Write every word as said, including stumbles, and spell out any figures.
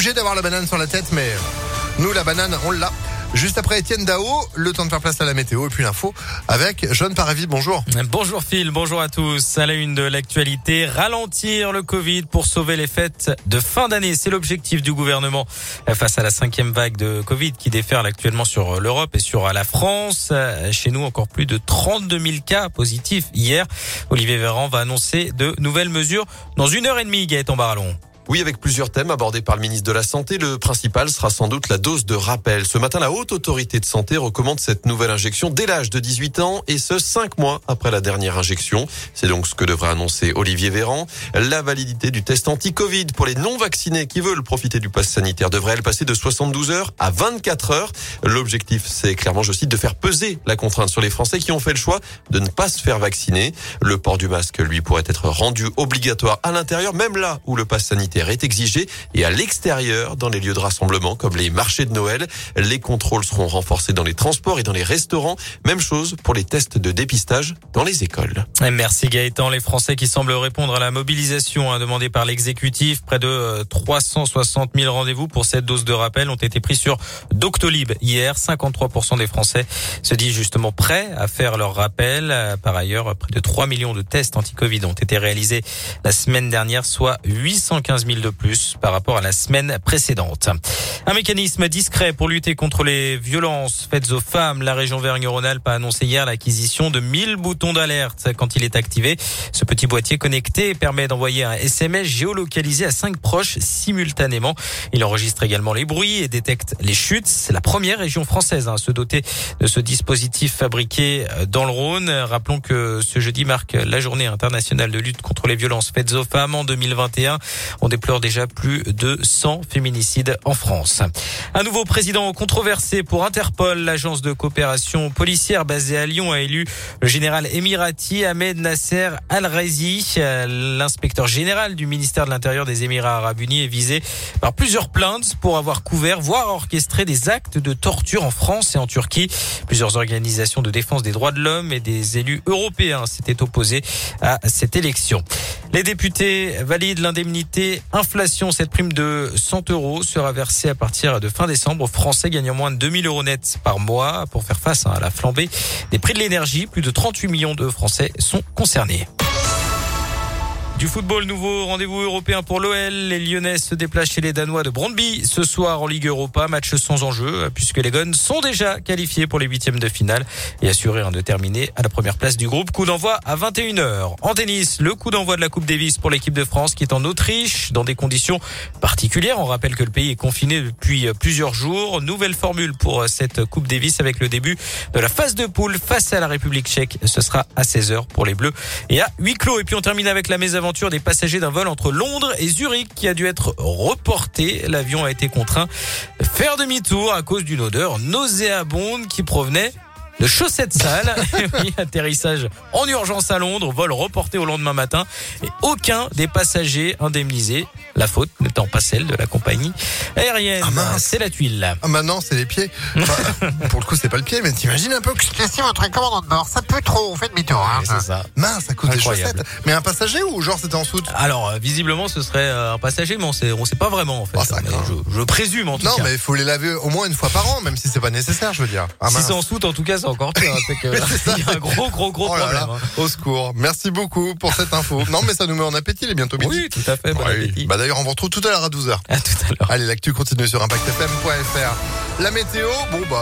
obligé d'avoir la banane sur la tête, mais nous, la banane, on l'a. Juste après Étienne Dao, le temps de faire place à la météo et puis l'info avec John Paravis. Bonjour. Bonjour Phil, bonjour à tous. À la une de l'actualité, ralentir le Covid pour sauver les fêtes de fin d'année. C'est l'objectif du gouvernement face à la cinquième vague de Covid qui déferle actuellement sur l'Europe et sur la France. Chez nous, encore plus de trente-deux mille cas positifs hier. Olivier Véran va annoncer de nouvelles mesures dans une heure et demie, Gaëtan Barallon. Oui, avec plusieurs thèmes abordés par le ministre de la Santé. Le principal sera sans doute la dose de rappel. Ce matin, la Haute Autorité de Santé recommande cette nouvelle injection dès l'âge de dix-huit ans et ce, cinq mois après la dernière injection. C'est donc ce que devrait annoncer Olivier Véran. La validité du test anti-Covid pour les non-vaccinés qui veulent profiter du pass sanitaire devrait, elle, passer de soixante-douze heures à vingt-quatre heures. L'objectif, c'est clairement, je cite, de faire peser la contrainte sur les Français qui ont fait le choix de ne pas se faire vacciner. Le port du masque, lui, pourrait être rendu obligatoire à l'intérieur, même là où le pass sanitaire est exigé, et à l'extérieur dans les lieux de rassemblement comme les marchés de Noël. Les contrôles seront renforcés dans les transports et dans les restaurants. Même chose pour les tests de dépistage dans les écoles. Merci Gaëtan. Les Français qui semblent répondre à la mobilisation hein, demandée par l'exécutif, près de euh, trois cent soixante mille rendez-vous pour cette dose de rappel ont été pris sur Doctolib hier. cinquante-trois pour cent des Français se disent justement prêts à faire leur rappel. Par ailleurs, près de trois millions de tests anti-Covid ont été réalisés la semaine dernière, soit huit cent quinze mille de plus par rapport à la semaine précédente. Un mécanisme discret pour lutter contre les violences faites aux femmes. La région Auvergne-Rhône-Alpes a annoncé hier l'acquisition de mille boutons d'alerte. Quand il est activé, ce petit boîtier connecté permet d'envoyer un S M S géolocalisé à cinq proches simultanément. Il enregistre également les bruits et détecte les chutes. C'est la première région française à se doter de ce dispositif fabriqué dans le Rhône. Rappelons que ce jeudi marque la journée internationale de lutte contre les violences faites aux femmes. En deux mille vingt et un, on déplore déjà plus de cent féminicides en France. Un nouveau président controversé pour Interpol. L'agence de coopération policière basée à Lyon a élu le général émirati Ahmed Nasser Al-Raisi. L'inspecteur général du ministère de l'Intérieur des Émirats Arabes Unis est visé par plusieurs plaintes pour avoir couvert, voire orchestré des actes de torture en France et en Turquie. Plusieurs organisations de défense des droits de l'homme et des élus européens s'étaient opposés à cette élection. Les députés valident l'indemnité inflation. Cette prime de cent euros sera versée à partir de fin décembre aux Français gagnant moins de deux mille euros nets par mois. Pour faire face à la flambée des prix de l'énergie, plus de trente-huit millions de Français sont concernés. Du football, nouveau rendez-vous européen pour l'O L. Les Lyonnais se déplacent chez les Danois de Brøndby ce soir en Ligue Europa. Match sans enjeu puisque les Gones sont déjà qualifiés pour les huitièmes de finale et assurés de terminer à la première place du groupe. Coup d'envoi à vingt et une heures. En tennis, le coup d'envoi de la Coupe Davis pour l'équipe de France qui est en Autriche dans des conditions particulières. On rappelle que le pays est confiné depuis plusieurs jours. Nouvelle formule pour cette Coupe Davis avec le début de la phase de poule face à la République tchèque. Ce sera à seize heures pour les Bleus et à huis clos. Et puis on termine avec la mésaventure des passagers d'un vol entre Londres et Zurich qui a dû être reporté. L'avion a été contraint de faire demi-tour à cause d'une odeur nauséabonde qui provenait de chaussettes sales. Oui, atterrissage en urgence à Londres, vol reporté au lendemain matin et aucun des passagers indemnisés. La faute n'étant pas celle de la compagnie aérienne. Ah mince. C'est la tuile. Ah maintenant c'est les pieds. Enfin, pour le coup c'est pas le pied, mais t'imagines un peu que si votre commandant de bord, ça peut trop, on fait demi-tour. Hein. Ouais, c'est ça. Mince, à cause des Incroyable. chaussettes. Mais un passager ou genre c'était en soute? Alors euh, visiblement ce serait euh, un passager, mais on sait, on sait pas vraiment en fait. Oh, ça Mais craint. je, je présume en tout Non cas. mais il faut les laver au moins une fois par an, même si c'est pas nécessaire, je veux dire. Ah, Si mince. c'est en soute, en tout cas, c'est encore pire. Hein, c'est que il y a un gros, gros, gros Oh là problème. là, Hein. au secours. Merci beaucoup pour cette info. Non mais ça nous met en appétit, il est bientôt midi. Oui, tout à fait. Bon Oui. appétit. Bah d'ailleurs on vous retrouve tout à l'heure à douze heures. À tout à l'heure. Allez, l'actu continue sur impact f m point f r. La météo, bon bah